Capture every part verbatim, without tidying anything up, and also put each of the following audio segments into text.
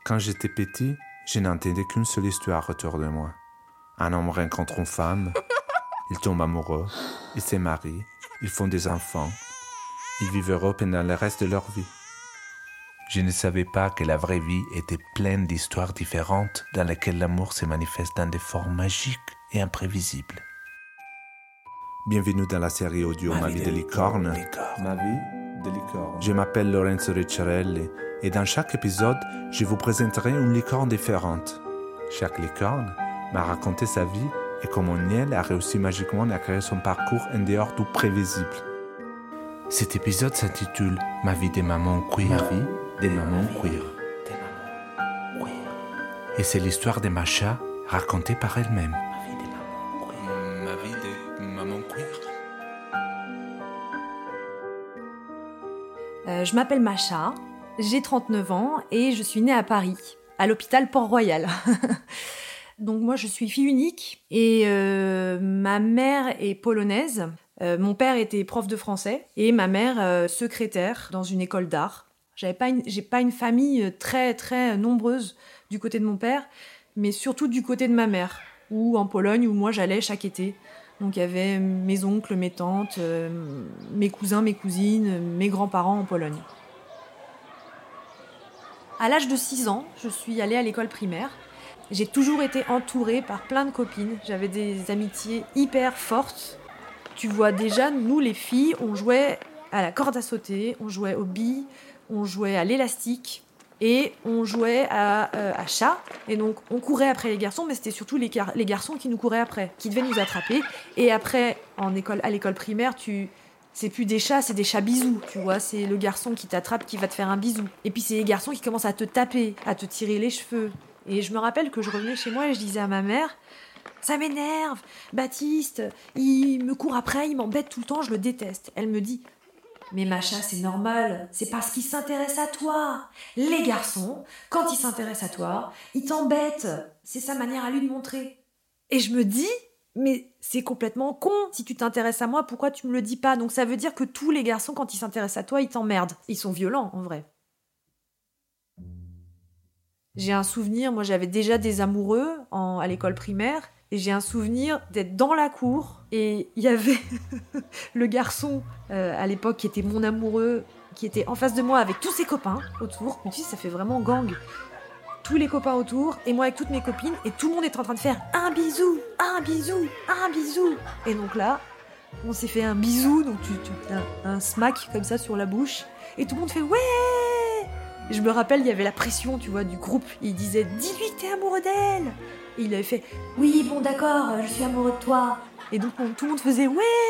Quand j'étais petit, je n'entendais qu'une seule histoire autour de moi. Un homme rencontre une femme, ils tombent amoureux, ils se marient, ils font des enfants, ils vivent heureux pendant le reste de leur vie. Je ne savais pas que la vraie vie était pleine d'histoires différentes dans lesquelles l'amour se manifeste dans des formes magiques et imprévisibles. Bienvenue dans la série audio Ma, Ma vie de licorne. Ma vie de licorne. Je m'appelle Lorenzo Ricciarelli et dans chaque épisode, je vous présenterai une licorne différente. Chaque licorne m'a raconté sa vie et comment Niel a réussi magiquement à créer son parcours en dehors du prévisible. Cet épisode s'intitule Ma vie des mamans queer. Ma vie des mamans queer. Et c'est l'histoire de Macha racontée par elle-même. Ma vie des mamans queer. Euh, je m'appelle Macha, j'ai trente-neuf ans et je suis née à Paris, à l'hôpital Port-Royal. Donc moi je suis fille unique et euh, ma mère est polonaise. Euh, mon père était prof de français et ma mère euh, secrétaire dans une école d'art. J'avais pas une, j'ai pas une famille très très nombreuse du côté de mon père, mais surtout du côté de ma mère, ou en Pologne où moi j'allais chaque été. Donc il y avait mes oncles, mes tantes, euh, mes cousins, mes cousines, mes grands-parents en Pologne. À l'âge de six ans, je suis allée à l'école primaire. J'ai toujours été entourée par plein de copines. J'avais des amitiés hyper fortes. Tu vois déjà, nous les filles, on jouait à la corde à sauter, on jouait aux billes, on jouait à l'élastique et on jouait à, euh, à chat. Et donc on courait après les garçons, mais c'était surtout les, gar- les garçons qui nous couraient après, qui devaient nous attraper. Et après, en école, à l'école primaire, tu... c'est plus des chats, c'est des chats bisous, tu vois. C'est le garçon qui t'attrape, qui va te faire un bisou. Et puis c'est les garçons qui commencent à te taper, à te tirer les cheveux. Et je me rappelle que je revenais chez moi et je disais à ma mère... Ça m'énerve, Baptiste, il me court après, il m'embête tout le temps, je le déteste. Elle me dit, mais Macha, c'est normal, c'est parce qu'il s'intéresse à toi. Les garçons, quand ils s'intéressent à toi, ils t'embêtent. C'est sa manière à lui de montrer. Et je me dis, mais c'est complètement con. Si tu t'intéresses à moi, pourquoi tu me le dis pas? Donc ça veut dire que tous les garçons, quand ils s'intéressent à toi, ils t'emmerdent. Ils sont violents, en vrai. J'ai un souvenir, moi j'avais déjà des amoureux en, à l'école primaire. Et j'ai un souvenir d'être dans la cour et il y avait le garçon euh, à l'époque qui était mon amoureux, qui était en face de moi avec tous ses copains autour. Mais tu sais, ça fait vraiment gang. Tous les copains autour et moi avec toutes mes copines et tout le monde est en train de faire un bisou, un bisou, un bisou. Et donc là, on s'est fait un bisou, donc tu, tu un, un smack comme ça sur la bouche et tout le monde fait ouais. Et je me rappelle, il y avait la pression, tu vois, du groupe. Il disait dis-lui que t'es amoureux d'elle. Et il avait fait « Oui, bon d'accord, je suis amoureux de toi ». Et donc on, tout le monde faisait « Ouais ».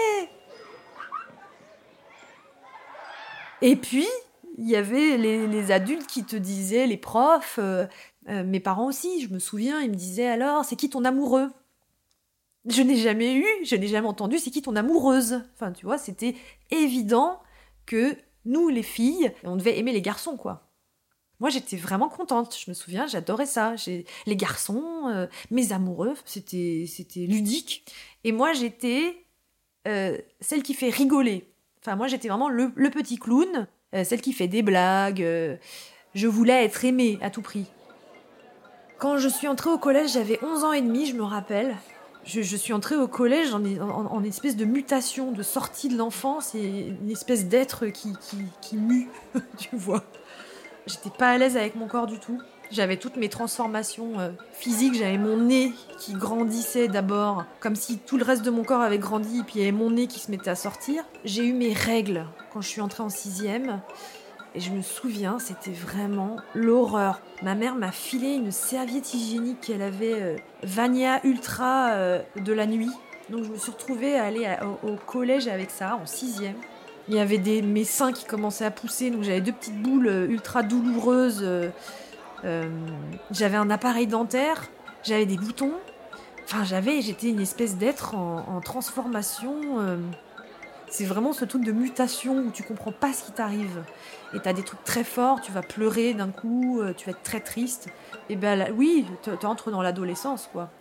Et puis, il y avait les, les adultes qui te disaient, les profs, euh, euh, mes parents aussi, je me souviens, ils me disaient « Alors, c'est qui ton amoureux ?» Je n'ai jamais eu, je n'ai jamais entendu « C'est qui ton amoureuse ?» Enfin, tu vois, c'était évident que nous, les filles, on devait aimer les garçons, quoi. Moi, j'étais vraiment contente. Je me souviens, j'adorais ça. J'ai... Les garçons, euh, mes amoureux, c'était, c'était ludique. Et moi, j'étais euh, celle qui fait rigoler. Enfin, moi, j'étais vraiment le, le petit clown, euh, celle qui fait des blagues. Euh, je voulais être aimée à tout prix. Quand je suis entrée au collège, j'avais onze ans et demi, je me rappelle. Je, je suis entrée au collège en, en, en espèce de mutation, de sortie de l'enfance et une espèce d'être qui, qui, qui mue, tu vois. J'étais pas à l'aise avec mon corps du tout. J'avais toutes mes transformations euh, physiques. J'avais mon nez qui grandissait d'abord, comme si tout le reste de mon corps avait grandi, et puis il y avait mon nez qui se mettait à sortir. J'ai eu mes règles quand je suis entrée en sixième. Et je me souviens, c'était vraiment l'horreur. Ma mère m'a filé une serviette hygiénique qu'elle avait euh, Vania Ultra euh, de la nuit. Donc je me suis retrouvée à aller à, au, au collège avec ça, en sixième. Il y avait des, mes seins qui commençaient à pousser, donc j'avais deux petites boules ultra douloureuses. Euh, euh, j'avais un appareil dentaire, j'avais des boutons. Enfin, j'avais, j'étais une espèce d'être en, en transformation. Euh, c'est vraiment ce truc de mutation où tu comprends pas ce qui t'arrive. Et t'as des trucs très forts, tu vas pleurer d'un coup, tu vas être très triste. Et ben là, oui, t'entres dans l'adolescence, quoi.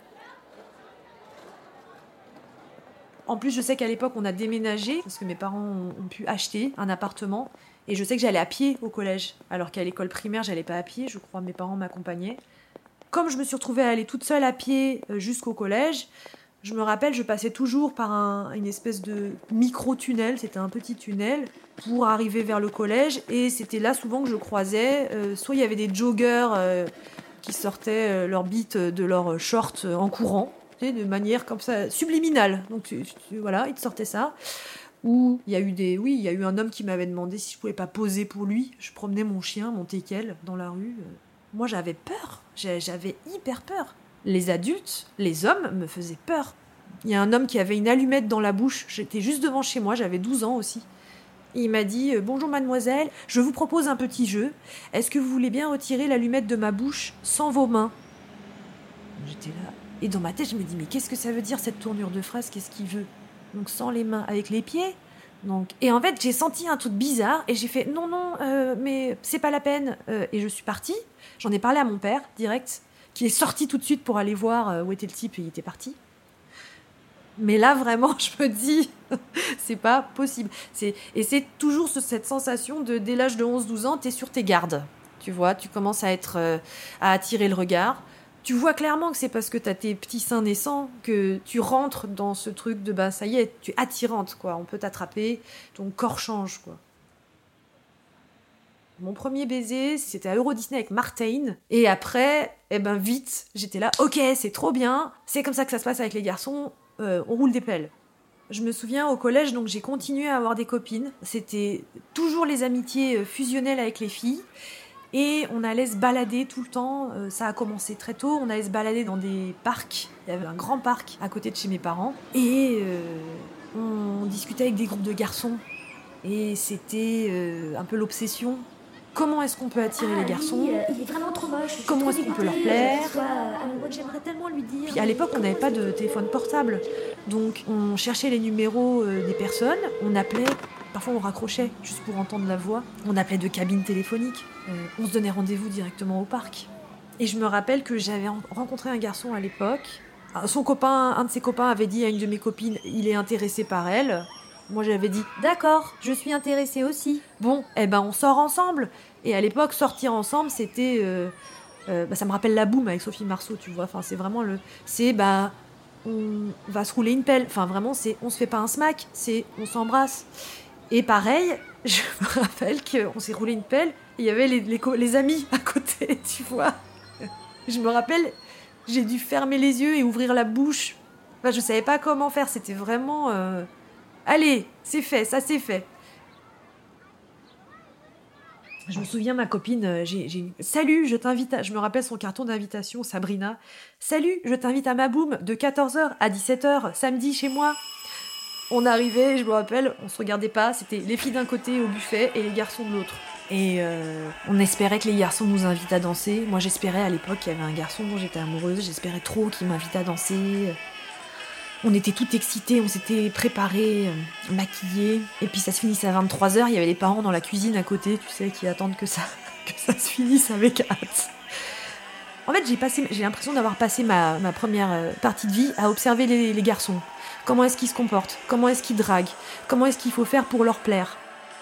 En plus, je sais qu'à l'époque, on a déménagé, parce que mes parents ont, ont pu acheter un appartement. Et je sais que j'allais à pied au collège, alors qu'à l'école primaire, j'allais pas à pied, je crois, mes parents m'accompagnaient. Comme je me suis retrouvée à aller toute seule à pied jusqu'au collège, je me rappelle, je passais toujours par un, une espèce de micro-tunnel, c'était un petit tunnel, pour arriver vers le collège. Et c'était là souvent que je croisais, euh, soit il y avait des joggers euh, qui sortaient euh, leur bite de leur short euh, en courant, tu sais, de manière comme ça, subliminale. Donc tu, tu, voilà, ils te sortaient ça. Ou il y a eu des, oui, il y a eu un homme qui m'avait demandé si je pouvais pas poser pour lui. Je promenais mon chien, mon teckel, dans la rue. Moi, j'avais peur, j'avais hyper peur. Les adultes, les hommes, me faisaient peur. Il y a un homme qui avait une allumette dans la bouche. J'étais juste devant chez moi, j'avais douze ans aussi. Et il m'a dit « Bonjour mademoiselle, je vous propose un petit jeu. Est-ce que vous voulez bien retirer l'allumette de ma bouche sans vos mains ?» J'étais là. Et dans ma tête, je me dis « Mais qu'est-ce que ça veut dire cette tournure de phrase ? Qu'est-ce qu'il veut ?» Donc sans les mains, avec les pieds. Donc, et en fait, j'ai senti un truc bizarre et j'ai fait « Non, non, euh, mais c'est pas la peine. Euh, » Et je suis partie. J'en ai parlé à mon père, direct, qui est sorti tout de suite pour aller voir où était le type et il était parti. Mais là, vraiment, je me dis, c'est pas possible. C'est, et c'est toujours ce, cette sensation de, dès l'âge de onze douze ans, t'es sur tes gardes. Tu vois, tu commences à être, euh, à attirer le regard. Tu vois clairement que c'est parce que t'as tes petits seins naissants que tu rentres dans ce truc de, bah, ça y est, tu es attirante, quoi. On peut t'attraper, ton corps change, quoi. Mon premier baiser, c'était à Euro Disney avec Martine. Et après, eh ben vite, j'étais là, ok, c'est trop bien. C'est comme ça que ça se passe avec les garçons. Euh, on roule des pelles. Je me souviens au collège, donc j'ai continué à avoir des copines. C'était toujours les amitiés fusionnelles avec les filles. Et on allait se balader tout le temps. Euh, ça a commencé très tôt. On allait se balader dans des parcs. Il y avait un grand parc à côté de chez mes parents. Et euh, on discutait avec des groupes de garçons. Et c'était euh, un peu l'obsession. Comment est-ce qu'on peut attirer ah, les garçons ? Lui, euh, il est vraiment trop moche. Comment est-ce qu'on peut leur plaire ? Soit, euh, j'aimerais tellement lui dire. Puis à l'époque, on n'avait pas de téléphone portable. Donc on cherchait les numéros euh, des personnes, on appelait, parfois on raccrochait juste pour entendre la voix. On appelait de cabines téléphoniques. Euh, on se donnait rendez-vous directement au parc. Et je me rappelle que j'avais rencontré un garçon à l'époque. Son copain, un de ses copains avait dit à une de mes copines, il est intéressé par elle. Moi, j'avais dit « D'accord, je suis intéressée aussi. » Bon, eh ben, on sort ensemble. Et à l'époque, sortir ensemble, c'était... Euh, euh, bah, ça me rappelle La Boum avec Sophie Marceau, tu vois. Enfin, c'est vraiment le... C'est, bah, on va se rouler une pelle. Enfin, vraiment, c'est... On se fait pas un smack, c'est... On s'embrasse. Et pareil, je me rappelle qu'on s'est roulé une pelle, et il y avait les, les, les amis à côté, tu vois. Je me rappelle, j'ai dû fermer les yeux et ouvrir la bouche. Enfin, je savais pas comment faire, c'était vraiment... Euh... Allez, c'est fait, ça c'est fait. Je me souviens, ma copine, j'ai, j'ai... Salut, je t'invite à... Je me rappelle son carton d'invitation, Sabrina. Salut, je t'invite à ma boum de quatorze heures à dix-sept heures, samedi chez moi. On arrivait, je me rappelle, on se regardait pas, c'était les filles d'un côté au buffet et les garçons de l'autre. Et euh, on espérait que les garçons nous invitent à danser. Moi, j'espérais à l'époque qu'il y avait un garçon dont j'étais amoureuse, j'espérais trop qu'il m'invite à danser. On était toutes excitées, on s'était préparées, euh, maquillées. Et puis ça se finissait à vingt-trois heures, il y avait les parents dans la cuisine à côté, tu sais, qui attendent que ça, que ça se finisse avec hâte. En fait, j'ai, passé, j'ai l'impression d'avoir passé ma, ma première partie de vie à observer les, les garçons. Comment est-ce qu'ils se comportent ? Comment est-ce qu'ils draguent ? Comment est-ce qu'il faut faire pour leur plaire ?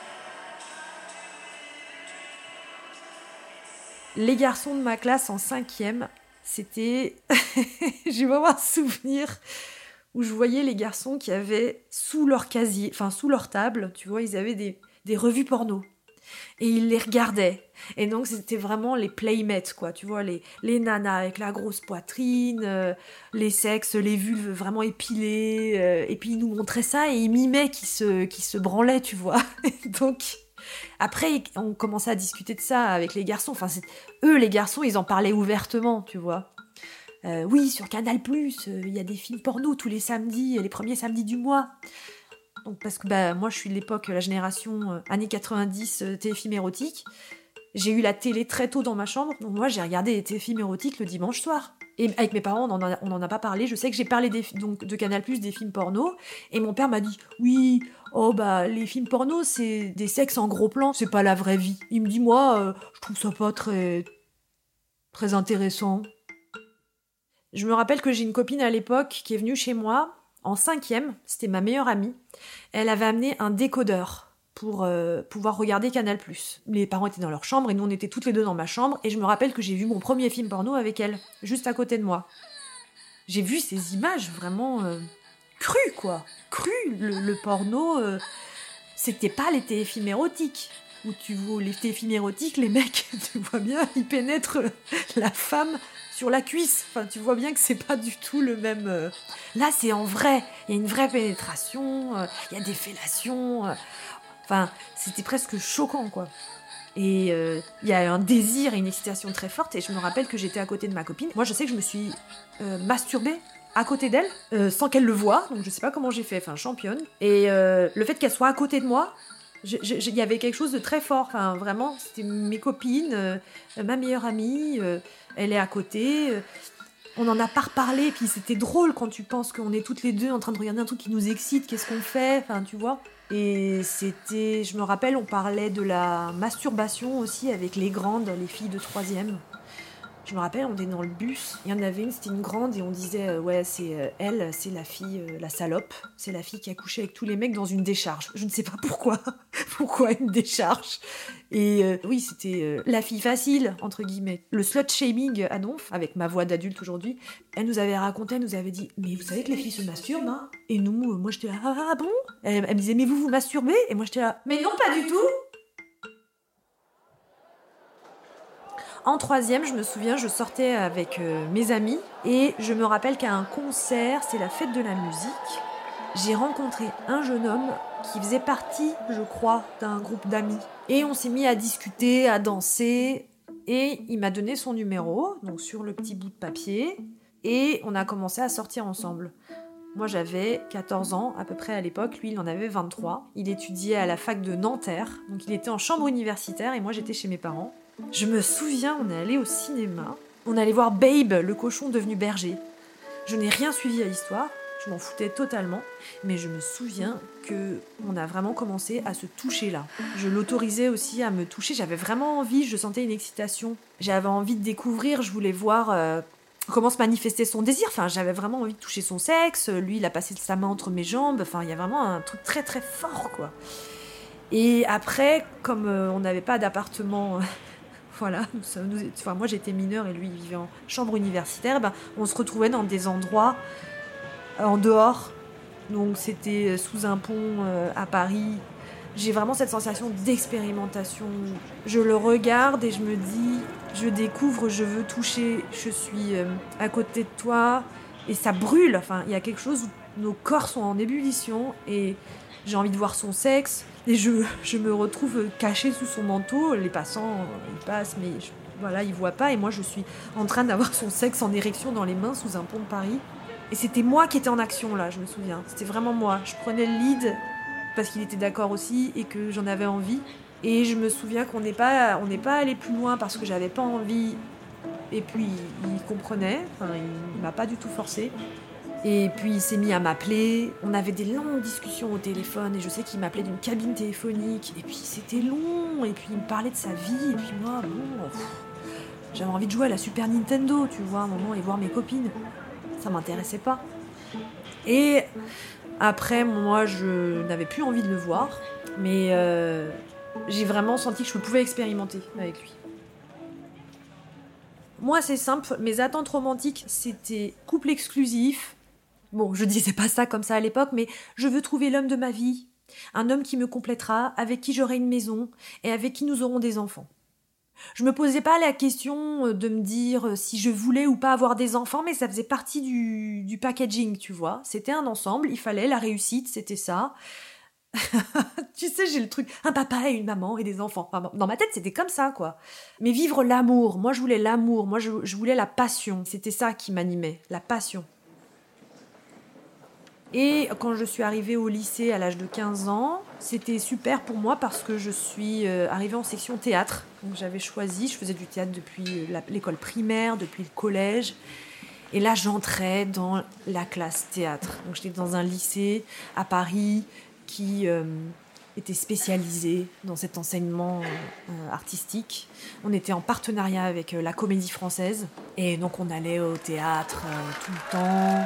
Les garçons de ma classe en cinquième, c'était... j'ai vraiment un souvenir... où je voyais les garçons qui avaient sous leur casier, enfin sous leur table, tu vois, ils avaient des, des revues porno. Et ils les regardaient. Et donc, c'était vraiment les playmates, quoi, tu vois, les, les nanas avec la grosse poitrine, euh, les sexes, les vulves vraiment épilées. Euh, et puis, ils nous montraient ça et ils mimaient qu'ils se, qu'ils se branlaient, tu vois. Donc, après, on commençait à discuter de ça avec les garçons. Enfin, c'est, eux, les garçons, ils en parlaient ouvertement, tu vois. Euh, oui, sur Canal plus, il euh, y a des films porno tous les samedis, les premiers samedis du mois. Donc, parce que bah, moi, je suis de l'époque, la génération euh, années quatre-vingt-dix, euh, téléfilms érotiques. J'ai eu la télé très tôt dans ma chambre, donc moi, j'ai regardé les téléfilms érotiques le dimanche soir. Et avec mes parents, on n'en a, a pas parlé. Je sais que j'ai parlé des, donc, de Canal plus, des films porno, et mon père m'a dit « Oui, oh bah, les films porno, c'est des sexes en gros plan, c'est pas la vraie vie. » Il me dit « Moi, euh, je trouve ça pas très, très intéressant. » Je me rappelle que j'ai une copine à l'époque qui est venue chez moi en cinquième, c'était ma meilleure amie. Elle avait amené un décodeur pour euh, pouvoir regarder Canal+. Les parents étaient dans leur chambre et nous on était toutes les deux dans ma chambre et je me rappelle que j'ai vu mon premier film porno avec elle, juste à côté de moi. J'ai vu ces images vraiment euh, crues, quoi. Crues, le, le porno, euh, c'était pas les téléfilms érotiques. Où tu vois les téléfilms érotiques, les mecs, tu vois bien, ils pénètrent la femme sur la cuisse. Enfin, tu vois bien que c'est pas du tout le même... Euh... Là, c'est en vrai. Il y a une vraie pénétration, euh, il y a des fellations. Euh... Enfin, c'était presque choquant, quoi. Et euh, il y a un désir et une excitation très forte. Et je me rappelle que j'étais à côté de ma copine. Moi, je sais que je me suis euh, masturbée à côté d'elle, euh, sans qu'elle le voie. Donc, je sais pas comment j'ai fait. Enfin, championne. Et euh, le fait qu'elle soit à côté de moi... Il y avait quelque chose de très fort, enfin, vraiment, c'était mes copines, euh, ma meilleure amie, euh, elle est à côté, euh, on n'en a pas reparlé, et puis c'était drôle quand tu penses qu'on est toutes les deux en train de regarder un truc qui nous excite, qu'est-ce qu'on fait, enfin tu vois. Et c'était, je me rappelle, on parlait de la masturbation aussi avec les grandes, les filles de troisième. Je me rappelle, on était dans le bus, il y en avait une, c'était une grande, et on disait, euh, ouais, c'est euh, elle, c'est la fille, euh, la salope, c'est la fille qui a couché avec tous les mecs dans une décharge. Je ne sais pas pourquoi, pourquoi une décharge. Et euh, oui, c'était euh, la fille facile, entre guillemets. Le slut-shaming à Donf, avec ma voix d'adulte aujourd'hui, elle nous avait raconté, elle nous avait dit, mais vous savez que les filles se masturbent, hein? Et nous, euh, moi j'étais là, ah, ah bon? elle, elle me disait, mais vous vous masturbez? Et moi j'étais là, mais non, pas du tout! En troisième, je me souviens, je sortais avec euh, mes amis et je me rappelle qu'à un concert, c'est la fête de la musique, j'ai rencontré un jeune homme qui faisait partie, je crois, d'un groupe d'amis. Et on s'est mis à discuter, à danser et il m'a donné son numéro, donc sur le petit bout de papier, et on a commencé à sortir ensemble. Moi, j'avais quatorze ans à peu près à l'époque, lui, il en avait vingt-trois. Il étudiait à la fac de Nanterre, donc il était en chambre universitaire et moi, j'étais chez mes parents. Je me souviens, on est allé au cinéma, on allait voir Babe, le cochon devenu berger. Je n'ai rien suivi à l'histoire, je m'en foutais totalement, mais je me souviens qu'on a vraiment commencé à se toucher là. Je l'autorisais aussi à me toucher, j'avais vraiment envie, je sentais une excitation. J'avais envie de découvrir, je voulais voir euh, comment se manifestait son désir, enfin j'avais vraiment envie de toucher son sexe, lui il a passé sa main entre mes jambes, enfin il y a vraiment un truc très très fort quoi. Et après, comme euh, on n'avait pas d'appartement... Voilà, ça nous, enfin, moi j'étais mineure et lui il vivait en chambre universitaire, ben, on se retrouvait dans des endroits euh, en dehors, donc c'était sous un pont euh, à Paris. J'ai vraiment cette sensation d'expérimentation. Je le regarde et je me dis, je découvre, je veux toucher, je suis euh, à côté de toi et ça brûle, enfin il y a quelque chose où nos corps sont en ébullition et j'ai envie de voir son sexe. Et je, je me retrouve cachée sous son manteau, les passants, ils passent, mais je, voilà, ils voient pas. Et moi, je suis en train d'avoir son sexe en érection dans les mains sous un pont de Paris. Et c'était moi qui étais en action, là, je me souviens. C'était vraiment moi. Je prenais le lead parce qu'il était d'accord aussi et que j'en avais envie. Et je me souviens qu'on n'est pas, on n'est pas allé plus loin parce que j'avais pas envie. Et puis, il comprenait. Enfin, il m'a pas du tout forcé. Et puis il s'est mis à m'appeler, on avait des longues discussions au téléphone et je sais qu'il m'appelait d'une cabine téléphonique et puis c'était long et puis il me parlait de sa vie et puis moi, bon, pff, j'avais envie de jouer à la Super Nintendo, tu vois, à un moment et voir mes copines, ça m'intéressait pas. Et après, moi je n'avais plus envie de le voir, mais euh, j'ai vraiment senti que je pouvais expérimenter avec lui. Moi c'est simple, mes attentes romantiques c'était couple exclusif. Bon, je disais pas ça comme ça à l'époque, mais je veux trouver l'homme de ma vie. Un homme qui me complétera, avec qui j'aurai une maison et avec qui nous aurons des enfants. Je me posais pas la question de me dire si je voulais ou pas avoir des enfants, mais ça faisait partie du, du packaging, tu vois. C'était un ensemble, il fallait, la réussite, c'était ça. Tu sais, j'ai le truc, un papa et une maman et des enfants. Enfin, dans ma tête, c'était comme ça, quoi. Mais vivre l'amour, moi je voulais l'amour, moi je, je voulais la passion. C'était ça qui m'animait, la passion. Et quand je suis arrivée au lycée à l'âge de quinze ans, c'était super pour moi parce que je suis arrivée en section théâtre. Donc j'avais choisi, je faisais du théâtre depuis l'école primaire, depuis le collège. Et là, j'entrais dans la classe théâtre. Donc j'étais dans un lycée à Paris qui euh, était spécialisé dans cet enseignement euh, artistique. On était en partenariat avec euh, la Comédie Française. Et donc on allait au théâtre euh, tout le temps.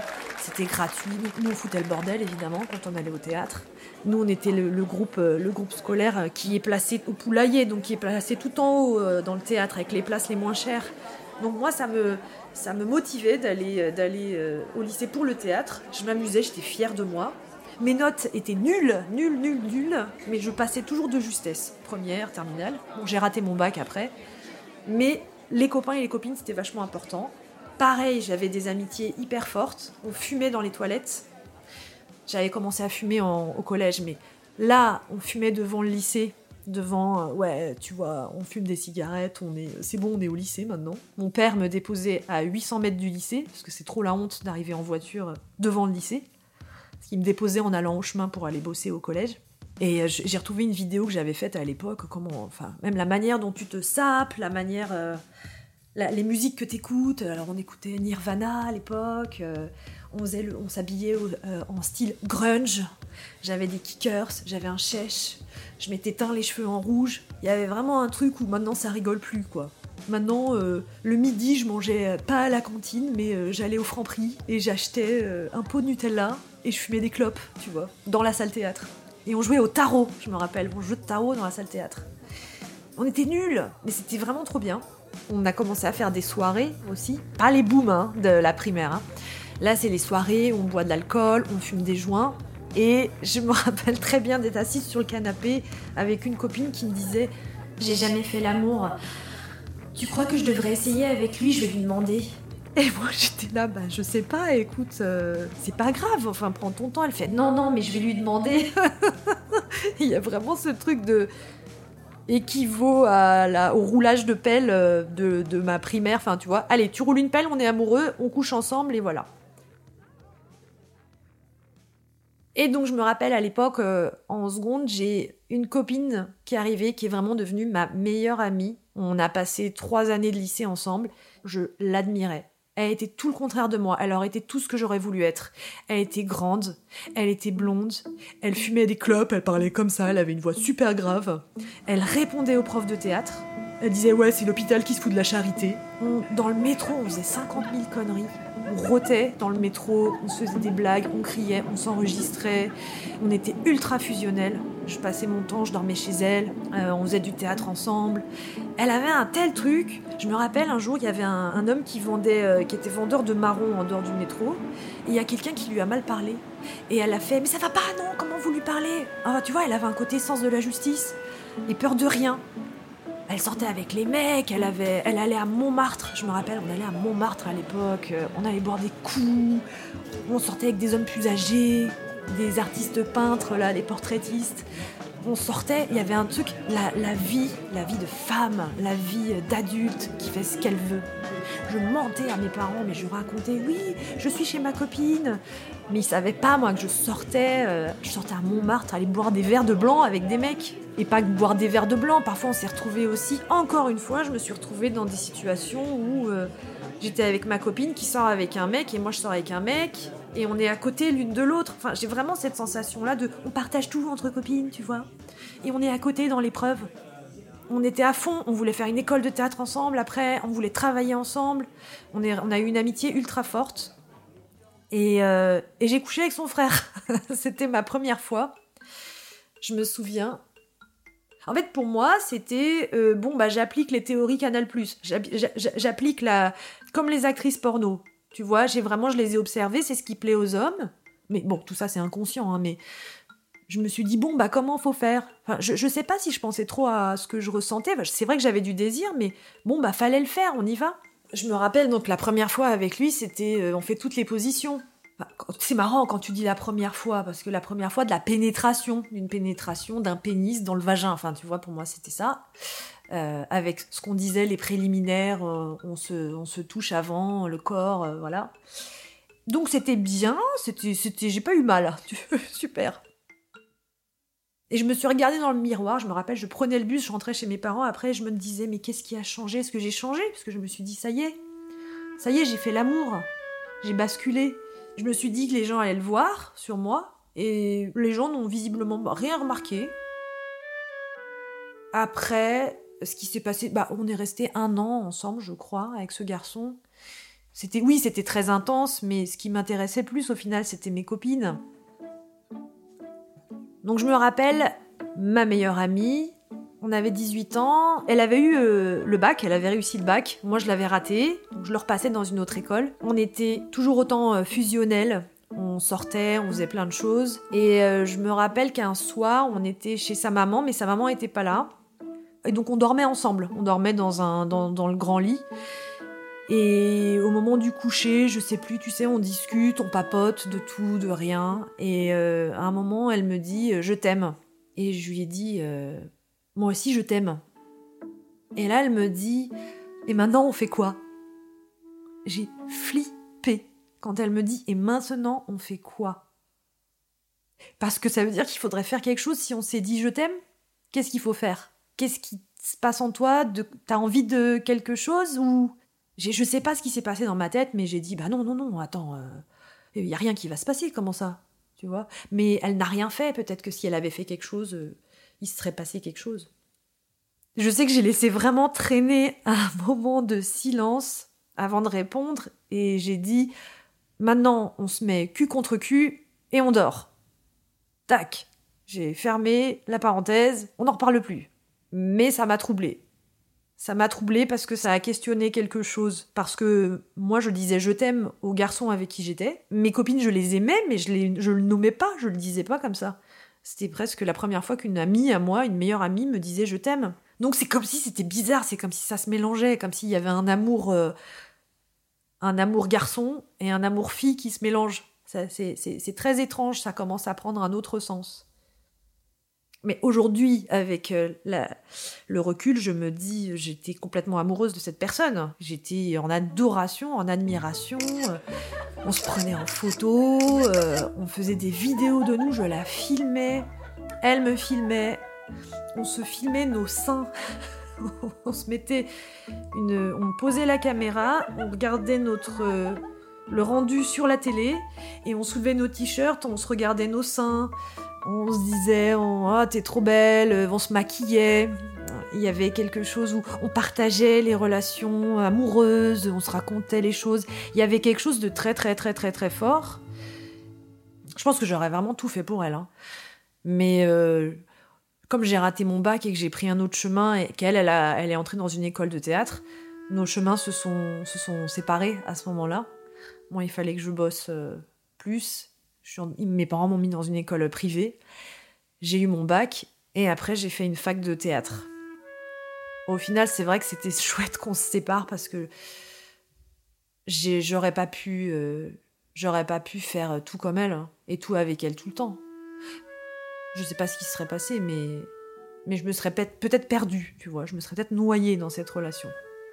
C'était gratuit. Nous, on foutait le bordel, évidemment, quand on allait au théâtre. Nous, on était le, le, groupe, le groupe scolaire qui est placé au Poulailler, donc qui est placé tout en haut dans le théâtre, avec les places les moins chères. Donc moi, ça me, ça me motivait d'aller, d'aller euh, au lycée pour le théâtre. Je m'amusais, j'étais fière de moi. Mes notes étaient nulles, nulles, nulles, nulles, mais je passais toujours de justesse. Première, terminale. Bon, j'ai raté mon bac après. Mais les copains et les copines, c'était vachement important. Pareil, j'avais des amitiés hyper fortes. On fumait dans les toilettes. J'avais commencé à fumer en, au collège, mais là, on fumait devant le lycée. Devant, euh, ouais, tu vois, on fume des cigarettes, on est, c'est bon, on est au lycée maintenant. Mon père me déposait à huit cents mètres du lycée, parce que c'est trop la honte d'arriver en voiture devant le lycée. Parce qu'il me déposait en allant au chemin pour aller bosser au collège. Et j'ai retrouvé une vidéo que j'avais faite à l'époque, comment, enfin, même la manière dont tu te sapes, la manière, euh, la, les musiques que t'écoutes. Alors on écoutait Nirvana à l'époque, euh, on, faisait le, on s'habillait euh, en style grunge. J'avais des kickers, j'avais un chèche, je m'étais teint les cheveux en rouge. Il y avait vraiment un truc où maintenant ça rigole plus, quoi. Maintenant, euh, le midi, je mangeais pas à la cantine, mais euh, j'allais au Franprix et j'achetais euh, un pot de Nutella et je fumais des clopes, tu vois, dans la salle théâtre. Et on jouait au tarot, je me rappelle, on jouait de tarot dans la salle théâtre. On était nuls, mais c'était vraiment trop bien. On a commencé à faire des soirées aussi, pas les booms hein, de la primaire. Hein. Là, c'est les soirées où on boit de l'alcool, on fume des joints. Et je me rappelle très bien d'être assise sur le canapé avec une copine qui me disait « J'ai jamais fait l'amour. Tu crois que je devrais essayer avec lui, je vais lui demander. » Et moi j'étais là, bah je sais pas, écoute, euh, c'est pas grave, enfin prends ton temps. Elle fait « Non, non, mais je vais lui demander. » Il y a vraiment ce truc de... équivaut à la... au roulage de pelle de, de ma primaire, enfin tu vois. Allez, tu roules une pelle, on est amoureux, on couche ensemble et voilà. Et donc je me rappelle à l'époque, euh, en seconde, j'ai une copine qui est arrivée, qui est vraiment devenue ma meilleure amie. On a passé trois années de lycée ensemble. Je l'admirais. Elle était tout le contraire de moi. Elle aurait été tout ce que j'aurais voulu être. Elle était grande, elle était blonde, elle fumait des clopes, elle parlait comme ça, elle avait une voix super grave. Elle répondait aux profs de théâtre. Elle disait « Ouais, c'est l'hôpital qui se fout de la charité. » On, dans le métro, on faisait cinquante mille conneries. On rotait dans le métro, on se faisait des blagues, on criait, on s'enregistrait. On était ultra fusionnels. Je passais mon temps, je dormais chez elle. Euh, on faisait du théâtre ensemble. Elle avait un tel truc. Je me rappelle, un jour, il y avait un, un homme qui vendait, euh, qui était vendeur de marrons en dehors du métro. Et il y a quelqu'un qui lui a mal parlé. Et elle a fait « Mais ça va pas, non, comment vous lui parlez ?» Ah, tu vois, elle avait un côté sens de la justice et peur de rien. Elle sortait avec les mecs, elle, avait, elle allait à Montmartre. Je me rappelle, on allait à Montmartre à l'époque. On allait boire des coups. On sortait avec des hommes plus âgés, des artistes peintres, là, les portraitistes. On sortait, il y avait un truc, la, la vie, la vie de femme, la vie d'adulte qui fait ce qu'elle veut. Je mentais à mes parents, mais je racontais, oui, je suis chez ma copine. Mais ils savaient pas, moi, que je sortais, euh, je sortais à Montmartre, aller boire des verres de blanc avec des mecs. Et pas que boire des verres de blanc, parfois on s'est retrouvés aussi, encore une fois, je me suis retrouvée dans des situations où euh, j'étais avec ma copine qui sort avec un mec, et moi je sors avec un mec, et on est à côté l'une de l'autre. Enfin, j'ai vraiment cette sensation-là de, on partage tout entre copines, tu vois. Et on est à côté dans l'épreuve. On était à fond, on voulait faire une école de théâtre ensemble, après on voulait travailler ensemble. On, est, on a eu une amitié ultra forte. Et, euh, et j'ai couché avec son frère. C'était ma première fois. Je me souviens... En fait, pour moi, c'était... Euh, bon, bah, j'applique les théories Canal+. J'applique la... Comme les actrices porno. Tu vois, j'ai vraiment... Je les ai observées, c'est ce qui plaît aux hommes. Mais bon, tout ça, c'est inconscient, hein, mais... Je me suis dit, bon, bah, comment faut faire ? Enfin, je, je sais pas si je pensais trop à ce que je ressentais. Enfin, c'est vrai que j'avais du désir, mais bon, bah, fallait le faire, on y va. Je me rappelle, donc, la première fois avec lui, c'était... Euh, on fait toutes les positions. C'est marrant quand tu dis la première fois, parce que la première fois de la pénétration, d'une pénétration d'un pénis dans le vagin, enfin tu vois, pour moi c'était ça, euh, avec ce qu'on disait, les préliminaires, euh, on, se, on se touche avant, le corps, euh, voilà. Donc c'était bien, c'était, c'était, j'ai pas eu mal, super. Et je me suis regardée dans le miroir, je me rappelle, je prenais le bus, je rentrais chez mes parents, après je me disais, mais qu'est-ce qui a changé ? Est-ce que j'ai changé ? Parce que je me suis dit, ça y est, ça y est, j'ai fait l'amour, j'ai basculé. Je me suis dit que les gens allaient le voir sur moi, et les gens n'ont visiblement rien remarqué. Après, ce qui s'est passé, bah, on est resté un an ensemble, je crois, avec ce garçon. C'était, oui, c'était très intense, mais ce qui m'intéressait plus au final, c'était mes copines. Donc je me rappelle, ma meilleure amie, on avait dix-huit ans, elle avait eu euh, le bac, elle avait réussi le bac, moi je l'avais raté, donc je le repassais dans une autre école. On était toujours autant euh, fusionnels, on sortait, on faisait plein de choses, et euh, je me rappelle qu'un soir, on était chez sa maman, mais sa maman était pas là, et donc on dormait ensemble, on dormait dans, un, dans, dans le grand lit, et au moment du coucher, je sais plus, tu sais, on discute, on papote de tout, de rien, et euh, à un moment, elle me dit euh, « je t'aime », et je lui ai dit euh, « moi aussi, je t'aime ». Et là, elle me dit « et maintenant, on fait quoi ?» J'ai flippé quand elle me dit « et maintenant, on fait quoi ?» Parce que ça veut dire qu'il faudrait faire quelque chose si on s'est dit « je t'aime ». Qu'est-ce qu'il faut faire ? Qu'est-ce qui se passe en toi ? de... T'as envie de quelque chose ou... J'ai... Je sais pas ce qui s'est passé dans ma tête, mais j'ai dit « bah non, non, non, attends, il euh, y a rien qui va se passer, comment ça ?» Tu vois ? Mais elle n'a rien fait, peut-être que si elle avait fait quelque chose... Euh... il se serait passé quelque chose. Je sais que j'ai laissé vraiment traîner un moment de silence avant de répondre et j'ai dit « maintenant, on se met cul contre cul et on dort. » Tac. J'ai fermé la parenthèse, on n'en reparle plus. Mais ça m'a troublée. Ça m'a troublée parce que ça a questionné quelque chose. Parce que moi, je disais « je t'aime » aux garçons avec qui j'étais. Mes copines, je les aimais, mais je les, je le nommais pas, je le disais pas comme ça. C'était presque la première fois qu'une amie à moi, une meilleure amie, me disait « je t'aime ». Donc c'est comme si c'était bizarre, c'est comme si ça se mélangeait, comme s'il y avait un amour, euh, un amour garçon et un amour fille qui se mélangent. Ça, c'est, c'est, c'est très étrange, ça commence à prendre un autre sens. Mais aujourd'hui, avec euh, la, le recul, je me dis, j'étais complètement amoureuse de cette personne. J'étais en adoration, en admiration. Euh, on se prenait en photo, euh, on faisait des vidéos de nous, je la filmais, elle me filmait, on se filmait nos seins. On se mettait une, on posait la caméra, on regardait notre euh, le rendu sur la télé et on soulevait nos t-shirts, on se regardait nos seins. On se disait, oh, ah, t'es trop belle, on se maquillait. Il y avait quelque chose où on partageait les relations amoureuses, on se racontait les choses. Il y avait quelque chose de très, très, très, très, très fort. Je pense que j'aurais vraiment tout fait pour elle. Hein. Mais euh, comme j'ai raté mon bac et que j'ai pris un autre chemin et qu'elle, elle, a, elle est entrée dans une école de théâtre, nos chemins se sont, se sont séparés à ce moment-là. Moi, il fallait que je bosse euh, plus. Je suis en... Mes parents m'ont mis dans une école privée. J'ai eu mon bac et après j'ai fait une fac de théâtre. Au final, c'est vrai que c'était chouette qu'on se sépare parce que j'ai... j'aurais pas pu, euh... j'aurais pas pu faire tout comme elle hein, et tout avec elle tout le temps. Je sais pas ce qui se serait passé, mais mais je me serais peut-être perdue, tu vois. Je me serais peut-être noyée dans cette relation.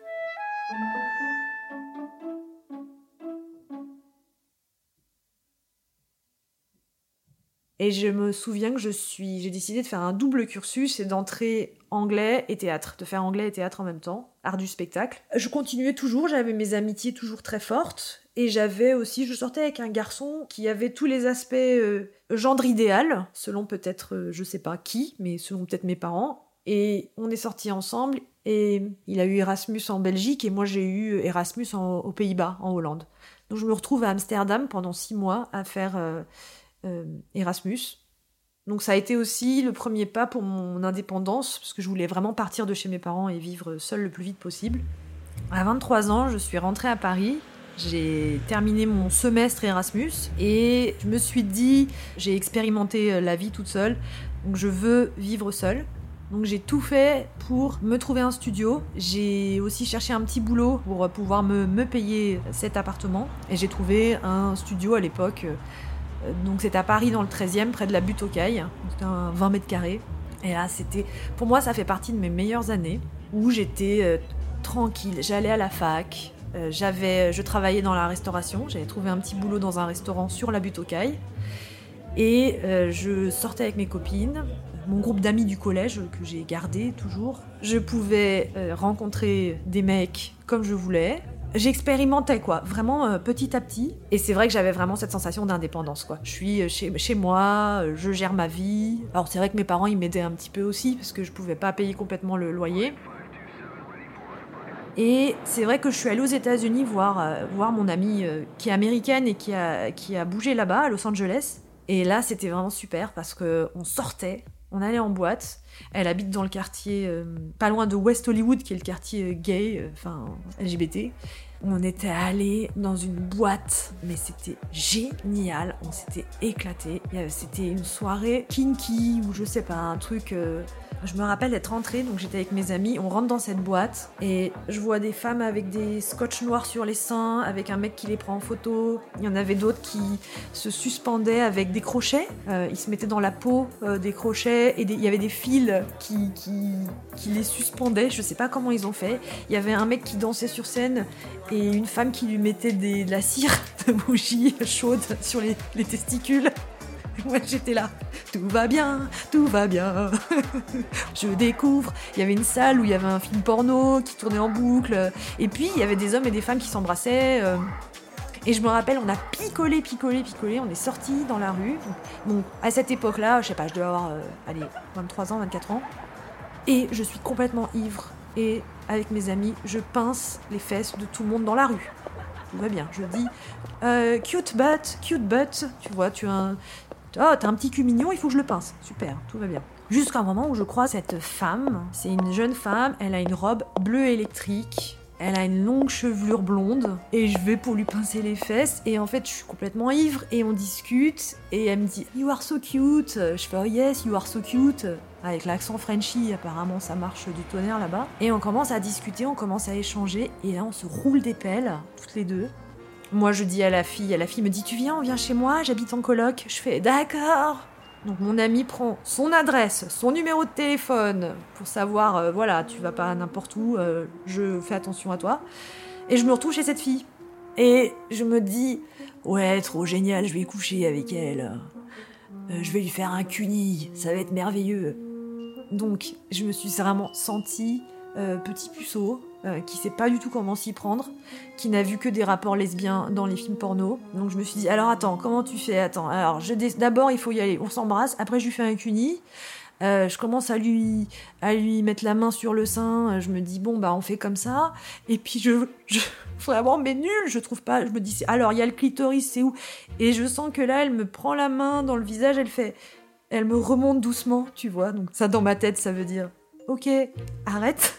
Et je me souviens que je suis, j'ai décidé de faire un double cursus et d'entrer anglais et théâtre, de faire anglais et théâtre en même temps, art du spectacle. Je continuais toujours, j'avais mes amitiés toujours très fortes et j'avais aussi, je sortais avec un garçon qui avait tous les aspects euh, gendre idéal, selon peut-être, euh, je sais pas qui, mais selon peut-être mes parents. Et on est sortis ensemble et il a eu Erasmus en Belgique et moi j'ai eu Erasmus en, aux Pays-Bas, en Hollande. Donc je me retrouve à Amsterdam pendant six mois à faire... Euh, Euh, Erasmus. Donc ça a été aussi le premier pas pour mon indépendance, parce que je voulais vraiment partir de chez mes parents et vivre seule le plus vite possible. À vingt-trois ans, je suis rentrée à Paris, j'ai terminé mon semestre Erasmus, et je me suis dit, j'ai expérimenté la vie toute seule, donc je veux vivre seule. Donc j'ai tout fait pour me trouver un studio. J'ai aussi cherché un petit boulot pour pouvoir me, me payer cet appartement, et j'ai trouvé un studio à l'époque. Donc c'était à Paris dans le treizième, près de la butte aux Cailles. C'était un vingt mètres carrés. Et là, c'était... Pour moi, ça fait partie de mes meilleures années, où j'étais euh, tranquille. J'allais à la fac, euh, j'avais... je travaillais dans la restauration. J'avais trouvé un petit boulot dans un restaurant sur la butte aux Cailles. Et euh, je sortais avec mes copines, mon groupe d'amis du collège, que j'ai gardé toujours. Je pouvais euh, rencontrer des mecs comme je voulais. J'expérimentais, quoi, vraiment euh, petit à petit. Et c'est vrai que j'avais vraiment cette sensation d'indépendance, quoi. Je suis chez, chez moi, euh, je gère ma vie. Alors c'est vrai que mes parents, ils m'aidaient un petit peu aussi, parce que je pouvais pas payer complètement le loyer. Et c'est vrai que je suis allée aux États-Unis voir, euh, voir mon amie euh, qui est américaine et qui a, qui a bougé là-bas, à Los Angeles. Et là, c'était vraiment super parce qu'on sortait, on allait en boîte. Elle habite dans le quartier, euh, pas loin de West Hollywood, qui est le quartier euh, gay, euh, enfin L G B T. On était allés dans une boîte, mais c'était génial, on s'était éclatés. C'était une soirée kinky ou je sais pas, un truc... Euh... Je me rappelle d'être rentrée, donc j'étais avec mes amis, on rentre dans cette boîte et je vois des femmes avec des scotch noirs sur les seins, avec un mec qui les prend en photo. Il y en avait d'autres qui se suspendaient avec des crochets, euh, ils se mettaient dans la peau euh, des crochets et des... il y avait des fils qui, qui, qui les suspendaient, je sais pas comment ils ont fait. Il y avait un mec qui dansait sur scène et une femme qui lui mettait des... de la cire de bougie chaude sur les, les testicules. Moi j'étais là, tout va bien, tout va bien. Je découvre, il y avait une salle où il y avait un film porno qui tournait en boucle, et puis il y avait des hommes et des femmes qui s'embrassaient. Euh, et je me rappelle, on a picolé, picolé, picolé, on est sortis dans la rue. Bon, à cette époque-là, je sais pas, je devais avoir, euh, allez, vingt-trois ans, vingt-quatre ans, et je suis complètement ivre. Et avec mes amis, je pince les fesses de tout le monde dans la rue. Tout va bien, je dis euh, cute butt, cute butt, tu vois, tu as un... Oh, t'as un petit cul mignon, il faut que je le pince. Super, tout va bien. Jusqu'à un moment où je croise cette femme. C'est une jeune femme, elle a une robe bleue électrique. Elle a une longue chevelure blonde. Et je vais pour lui pincer les fesses. Et en fait, je suis complètement ivre. Et on discute. Et elle me dit « You are so cute ». Je fais « Oh yes, you are so cute ». Avec l'accent Frenchy, apparemment ça marche du tonnerre là-bas. Et on commence à discuter, on commence à échanger. Et là, on se roule des pelles, toutes les deux. Moi, je dis à la fille, la fille me dit « Tu viens, on vient chez moi, j'habite en coloc ». Je fais « D'accord ». Donc mon ami prend son adresse, son numéro de téléphone pour savoir, euh, voilà, tu vas pas n'importe où, euh, je fais attention à toi. Et je me retrouve chez cette fille. Et je me dis « Ouais, trop génial, je vais coucher avec elle. Euh, je vais lui faire un cuni, ça va être merveilleux ». Donc, je me suis vraiment sentie euh, petit puceau. Euh, qui sait pas du tout comment s'y prendre, qui n'a vu que des rapports lesbiens dans les films porno. Donc je me suis dit, alors attends, comment tu fais ? Attends, alors je dé- d'abord il faut y aller, on s'embrasse, après je lui fais un cuni, euh, je commence à lui, à lui mettre la main sur le sein, je me dis, bon bah on fait comme ça, et puis je... je vraiment, mais nul, je trouve pas, je me dis, alors il y a le clitoris, c'est où ? Et je sens que là, elle me prend la main dans le visage, elle fait... Elle me remonte doucement, tu vois, donc ça dans ma tête, ça veut dire, ok, arrête.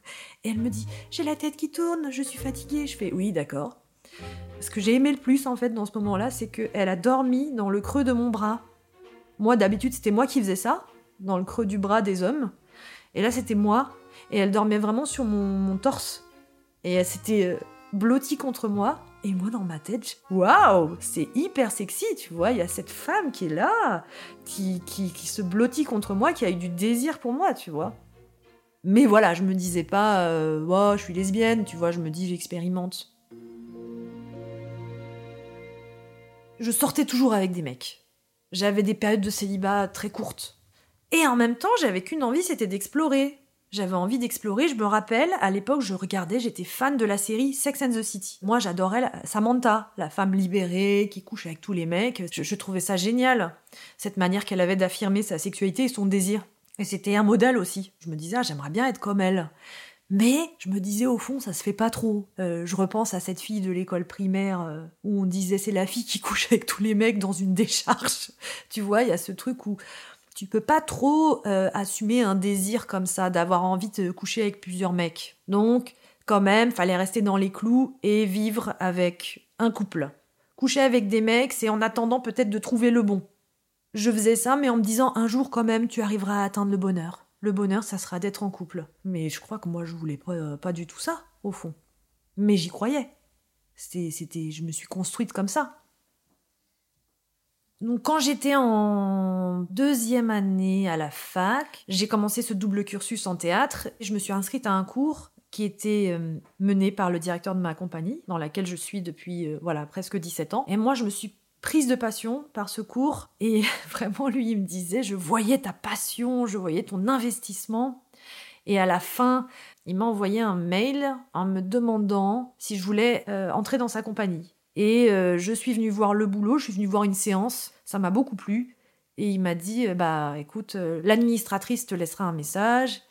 Et elle me dit « J'ai la tête qui tourne, je suis fatiguée ». Je fais « Oui, d'accord ». Ce que j'ai aimé le plus, en fait, dans ce moment-là, c'est qu'elle a dormi dans le creux de mon bras. Moi, d'habitude, c'était moi qui faisais ça, dans le creux du bras des hommes. Et là, c'était moi. Et elle dormait vraiment sur mon, mon torse. Et elle s'était euh, blottie contre moi. Et moi, dans ma tête, waouh, c'est hyper sexy, tu vois. Il y a cette femme qui est là, qui, qui, qui se blottit contre moi, qui a eu du désir pour moi, tu vois. Mais voilà, je me disais pas, euh, oh, je suis lesbienne, tu vois, je me dis, j'expérimente. Je sortais toujours avec des mecs. J'avais des périodes de célibat très courtes. Et en même temps, j'avais qu'une envie, c'était d'explorer. J'avais envie d'explorer, je me rappelle, à l'époque, je regardais, j'étais fan de la série Sex and the City. Moi, j'adorais la, Samantha, la femme libérée, qui couche avec tous les mecs. Je, je trouvais ça génial, cette manière qu'elle avait d'affirmer sa sexualité et son désir. Et c'était un modèle aussi. Je me disais, ah, j'aimerais bien être comme elle. Mais je me disais, au fond, ça se fait pas trop. Euh, je repense à cette fille de l'école primaire euh, où on disait, c'est la fille qui couche avec tous les mecs dans une décharge. Tu vois, il y a ce truc où tu peux pas trop euh, assumer un désir comme ça, d'avoir envie de coucher avec plusieurs mecs. Donc, quand même, fallait rester dans les clous et vivre avec un couple. Coucher avec des mecs, c'est en attendant peut-être de trouver le bon. Je faisais ça, mais en me disant, un jour quand même, tu arriveras à atteindre le bonheur. Le bonheur, ça sera d'être en couple. Mais je crois que moi, je voulais pas, euh, pas du tout ça, au fond. Mais j'y croyais. C'était, c'était, je me suis construite comme ça. Donc quand j'étais en deuxième année à la fac, j'ai commencé ce double cursus en théâtre. Je me suis inscrite à un cours qui était euh, mené par le directeur de ma compagnie, dans laquelle je suis depuis euh, voilà, presque dix-sept ans. Et moi, je me suis prise de passion par ce cours, et vraiment lui il me disait, je voyais ta passion, je voyais ton investissement, et à la fin il m'a envoyé un mail en me demandant si je voulais euh, entrer dans sa compagnie, et euh, je suis venue voir le boulot, je suis venue voir une séance, ça m'a beaucoup plu, et il m'a dit, bah écoute, euh, l'administratrice te laissera un message,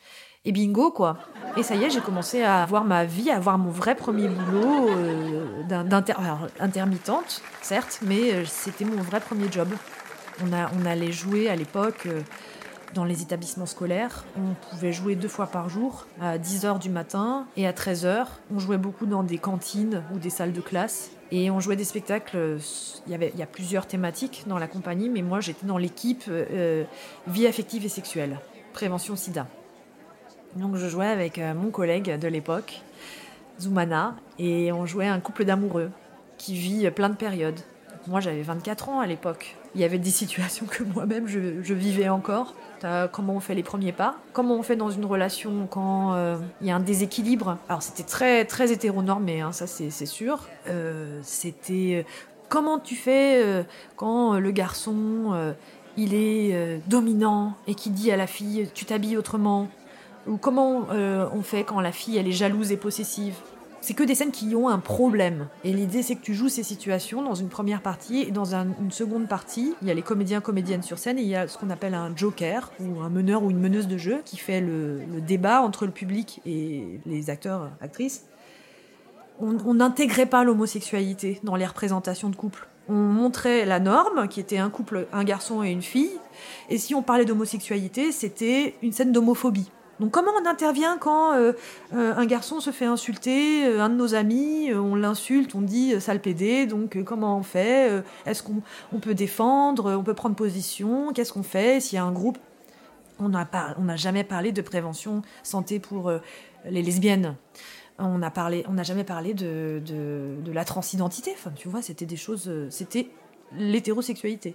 Et bingo, quoi. Et ça y est, j'ai commencé à avoir ma vie, à avoir mon vrai premier boulot euh, d'inter... Alors, intermittente, certes, mais euh, c'était mon vrai premier job. On, a, on allait jouer à l'époque euh, dans les établissements scolaires. On pouvait jouer deux fois par jour, à dix heures du matin et à treize heures. On jouait beaucoup dans des cantines ou des salles de classe. Et on jouait des spectacles, il y avait, il y a plusieurs thématiques dans la compagnie, mais moi j'étais dans l'équipe euh, vie affective et sexuelle, prévention sida. Donc je jouais avec euh, mon collègue de l'époque, Zoumana, et on jouait un couple d'amoureux qui vit plein de périodes. Moi j'avais vingt-quatre ans à l'époque. Il y avait des situations que moi-même je, je vivais encore. T'as comment on fait les premiers pas, comment on fait dans une relation quand euh, il y a un déséquilibre. Alors c'était très, très hétéronormé, hein, ça c'est, c'est sûr. Euh, c'était euh, comment tu fais euh, quand euh, le garçon euh, il est euh, dominant et qui dit à la fille tu t'habilles autrement. Ou comment euh, on fait quand la fille elle est jalouse et possessive. C'est que des scènes qui ont un problème. Et l'idée c'est que tu joues ces situations dans une première partie et dans un, une seconde partie, il y a les comédiens comédiennes sur scène et il y a ce qu'on appelle un joker ou un meneur ou une meneuse de jeu qui fait le, le débat entre le public et les acteurs, actrices. On n'intégrait pas l'homosexualité dans les représentations de couple. On montrait la norme, qui était un couple, un garçon et une fille. Et si on parlait d'homosexualité, c'était une scène d'homophobie. Donc comment on intervient quand euh, euh, un garçon se fait insulter, euh, un de nos amis, euh, on l'insulte, on dit euh, sale pédé, donc euh, comment on fait euh, Est-ce qu'on on peut défendre, on peut prendre position, qu'est-ce qu'on fait s'il y a un groupe? On n'a pas, on n'a jamais parlé de prévention santé pour euh, les lesbiennes. On a parlé, on n'a jamais parlé de, de, de la transidentité. Enfin, tu vois, c'était des choses, euh, c'était l'hétérosexualité.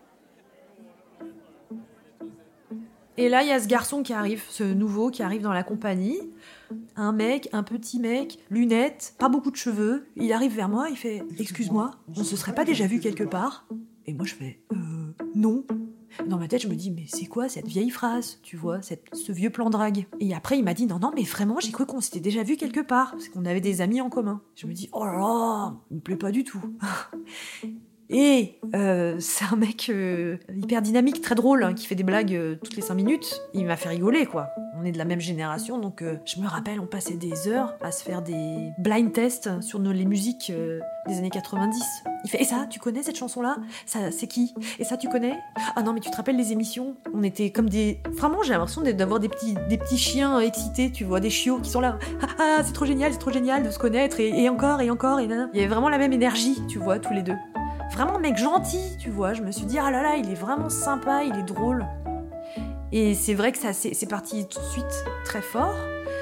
Et là, il y a ce garçon qui arrive, ce nouveau qui arrive dans la compagnie. Un mec, un petit mec, lunettes, pas beaucoup de cheveux. Il arrive vers moi, il fait « Excuse-moi, on se serait pas déjà vu quelque part ?» Et moi, je fais « Euh, non. » Dans ma tête, je me dis « Mais c'est quoi cette vieille phrase, tu vois, cette, ce vieux plan drague ?» Et après, il m'a dit « Non, non, mais vraiment, j'ai cru qu'on s'était déjà vu quelque part. » Parce qu'on avait des amis en commun. Je me dis « Oh là là, il me plaît pas du tout. » Et euh, c'est un mec euh, hyper dynamique, très drôle, hein, qui fait des blagues euh, toutes les cinq minutes. Il m'a fait rigoler, quoi. On est de la même génération, donc euh, je me rappelle, on passait des heures à se faire des blind tests sur nos, les musiques euh, des années quatre-vingt-dix. Il fait « Et ça, tu connais cette chanson-là ? Ça, c'est qui ? Et ça, tu connais ? Ah non, mais tu te rappelles les émissions ? » On était comme des... Vraiment, j'ai l'impression d'avoir des petits, des petits chiens excités, tu vois, des chiots qui sont là. « Ah, ah, c'est trop génial, c'est trop génial de se connaître, et, et encore, et encore, et nanana. » Il y avait vraiment la même énergie, tu vois, tous les deux. Vraiment mec gentil, tu vois. Je me suis dit, ah là là, il est vraiment sympa, il est drôle. Et c'est vrai que ça, c'est, c'est parti tout de suite très fort.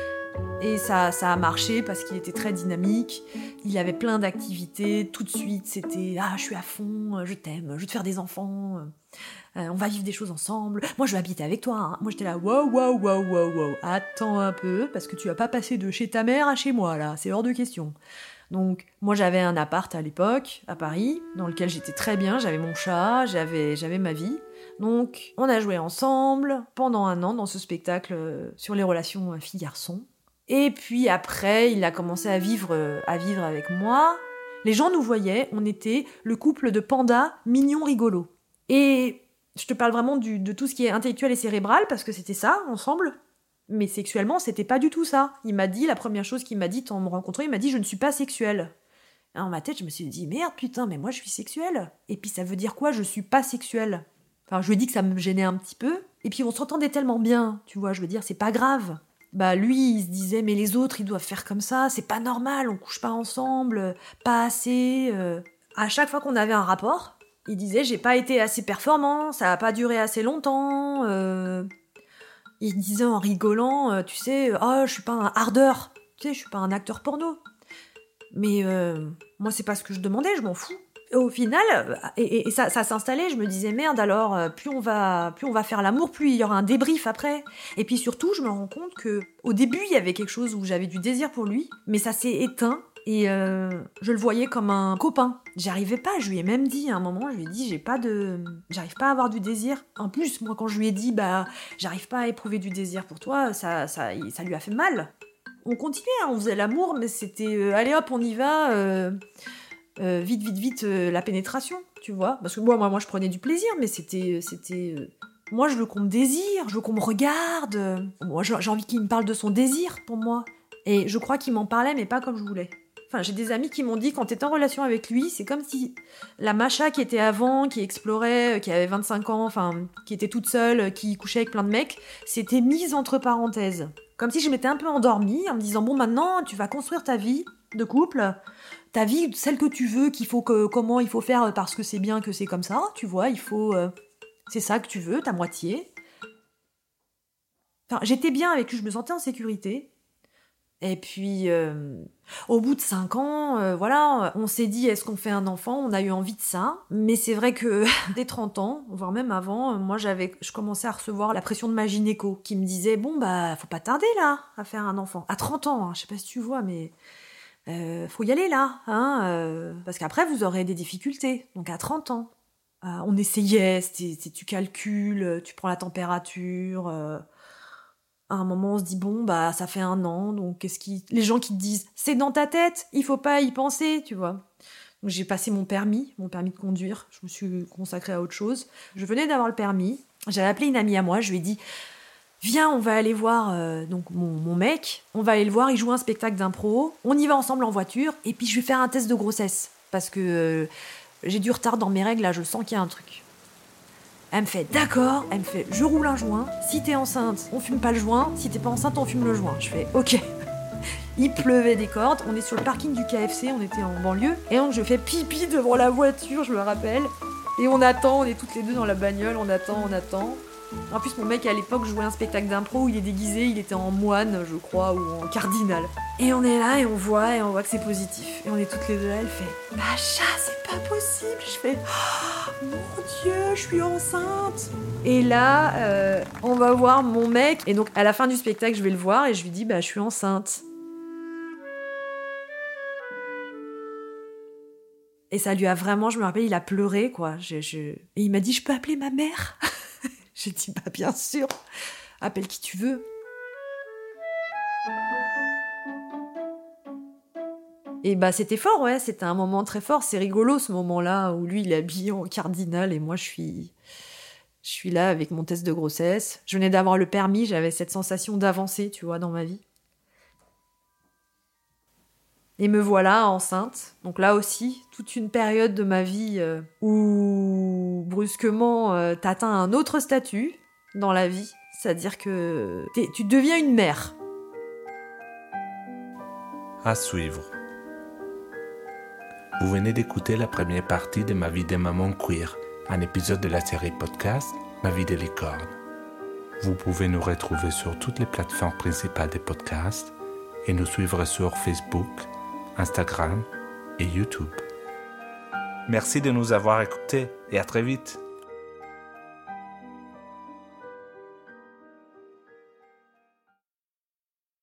Et ça, ça a marché parce qu'il était très dynamique. Il avait plein d'activités. Tout de suite, c'était, ah, je suis à fond, je t'aime, je veux te faire des enfants. Euh, on va vivre des choses ensemble. Moi, je vais habiter avec toi. Hein. Moi, j'étais là, wow, wow, wow, wow, wow. Attends un peu, parce que tu vas pas passer de chez ta mère à chez moi, là. C'est hors de question. Donc, moi, j'avais un appart à l'époque, à Paris, dans lequel j'étais très bien. J'avais mon chat, j'avais, j'avais ma vie. Donc, on a joué ensemble pendant un an dans ce spectacle sur les relations filles-garçons. Et puis après, il a commencé à vivre, à vivre avec moi. Les gens nous voyaient, on était le couple de pandas mignons rigolos. Et je te parle vraiment du, de tout ce qui est intellectuel et cérébral, parce que c'était ça, ensemble. Mais sexuellement, c'était pas du tout ça. Il m'a dit, la première chose qu'il m'a dit en me rencontrant, il m'a dit « Je ne suis pas sexuelle ». Dans ma tête, je me suis dit « Merde, putain, mais moi je suis sexuelle ». Et puis ça veut dire quoi, je suis pas sexuelle ? Enfin, je lui ai dit que ça me gênait un petit peu. Et puis on s'entendait tellement bien, tu vois, je veux dire, c'est pas grave. Bah lui, il se disait « Mais les autres, ils doivent faire comme ça, c'est pas normal, on couche pas ensemble, pas assez... Euh... ». À chaque fois qu'on avait un rapport, il disait « J'ai pas été assez performant, ça a pas duré assez longtemps... Euh... ». Il disait en rigolant, euh, tu sais, « Oh, je suis pas un hardeur, tu sais, je suis pas un acteur porno. » Mais euh, moi, c'est pas ce que je demandais, je m'en fous. Et au final, et, et, et ça, ça s'installait, je me disais « Merde, alors, plus on va, plus on va faire l'amour, plus il y aura un débrief après. » Et puis surtout, je me rends compte que au début, il y avait quelque chose où j'avais du désir pour lui, mais ça s'est éteint. Et euh, je le voyais comme un copain. J'arrivais pas, je lui ai même dit à un moment, je lui ai dit, j'ai pas de... J'arrive pas à avoir du désir. En plus, moi, quand je lui ai dit, bah, j'arrive pas à éprouver du désir pour toi, ça, ça, ça lui a fait mal. On continuait, hein, on faisait l'amour, mais c'était, euh, allez hop, on y va, euh, euh, vite, vite, vite, euh, la pénétration, tu vois. Parce que moi, moi, moi, je prenais du plaisir, mais c'était, c'était, euh, Moi, je veux qu'on me désire, je veux qu'on me regarde. Moi, j'ai envie qu'il me parle de son désir pour moi. Et je crois qu'il m'en parlait, mais pas comme je voulais. Enfin, j'ai des amis qui m'ont dit, quand t'es en relation avec lui, c'est comme si la Macha qui était avant, qui explorait, qui avait vingt-cinq ans, enfin, qui était toute seule, qui couchait avec plein de mecs, s'était mise entre parenthèses. Comme si je m'étais un peu endormie, en me disant, bon, maintenant, tu vas construire ta vie de couple, ta vie, celle que tu veux, qu'il faut que, comment il faut faire parce que c'est bien que c'est comme ça, tu vois, il faut... Euh, c'est ça que tu veux, ta moitié. Enfin, j'étais bien avec lui, je me sentais en sécurité. Et puis, euh, au bout de cinq ans, euh, voilà, on s'est dit, est-ce qu'on fait un enfant ? On a eu envie de ça. Mais c'est vrai que dès trente ans, voire même avant, moi, j'avais, je commençais à recevoir la pression de ma gynéco, qui me disait, bon, bah, faut pas tarder, là, à faire un enfant. À trente ans, hein, je sais pas si tu vois, mais euh, faut y aller, là, hein, euh, parce qu'après, vous aurez des difficultés. Donc, à trente ans. Euh, on essayait, c'était, c'était, tu calcules, tu prends la température... Euh, à un moment, on se dit, bon, bah, ça fait un an, donc qu'est-ce qui... Les gens qui te disent, c'est dans ta tête, il faut pas y penser, tu vois. Donc j'ai passé mon permis, mon permis de conduire, je me suis consacrée à autre chose. Je venais d'avoir le permis, j'avais appelé une amie à moi, je lui ai dit, viens, on va aller voir euh, donc mon, mon mec, on va aller le voir, il joue un spectacle d'impro, on y va ensemble en voiture, et puis je vais faire un test de grossesse, parce que euh, j'ai du retard dans mes règles, là, je sens qu'il y a un truc. Elle me fait d'accord, elle me fait je roule un joint, si t'es enceinte, on fume pas le joint, si t'es pas enceinte, on fume le joint. Je fais ok. Il pleuvait des cordes, on est sur le parking du K F C, on était en banlieue, et donc je fais pipi devant la voiture, je me rappelle, et on attend, on est toutes les deux dans la bagnole, on attend, on attend. En plus, mon mec, à l'époque, jouait un spectacle d'impro où il est déguisé, il était en moine, je crois, ou en cardinal. Et on est là, et on voit, et on voit que c'est positif. Et on est toutes les deux là, elle fait « Macha, c'est pas possible !» Je fais oh, « Mon Dieu, je suis enceinte !» Et là, euh, on va voir mon mec, et donc à la fin du spectacle, je vais le voir, et je lui dis « Bah, je suis enceinte !» Et ça lui a vraiment, je me rappelle, il a pleuré, quoi. Je, je... Et il m'a dit « Je peux appeler ma mère ?» J'ai dit, bah bien sûr, appelle qui tu veux. Et bah c'était fort, ouais, c'était un moment très fort. C'est rigolo ce moment-là où lui il est habillé en cardinal et moi je suis, je suis là avec mon test de grossesse. Je venais d'avoir le permis, j'avais cette sensation d'avancer, tu vois, dans ma vie. Et me voilà enceinte. Donc là aussi, toute une période de ma vie euh, où brusquement euh, t'atteins un autre statut dans la vie. C'est-à-dire que tu deviens une mère. À suivre. Vous venez d'écouter la première partie de Ma vie de maman queer, un épisode de la série podcast Ma vie de licorne. Vous pouvez nous retrouver sur toutes les plateformes principales des podcasts et nous suivre sur Facebook, Instagram et YouTube. Merci de nous avoir écoutés et à très vite.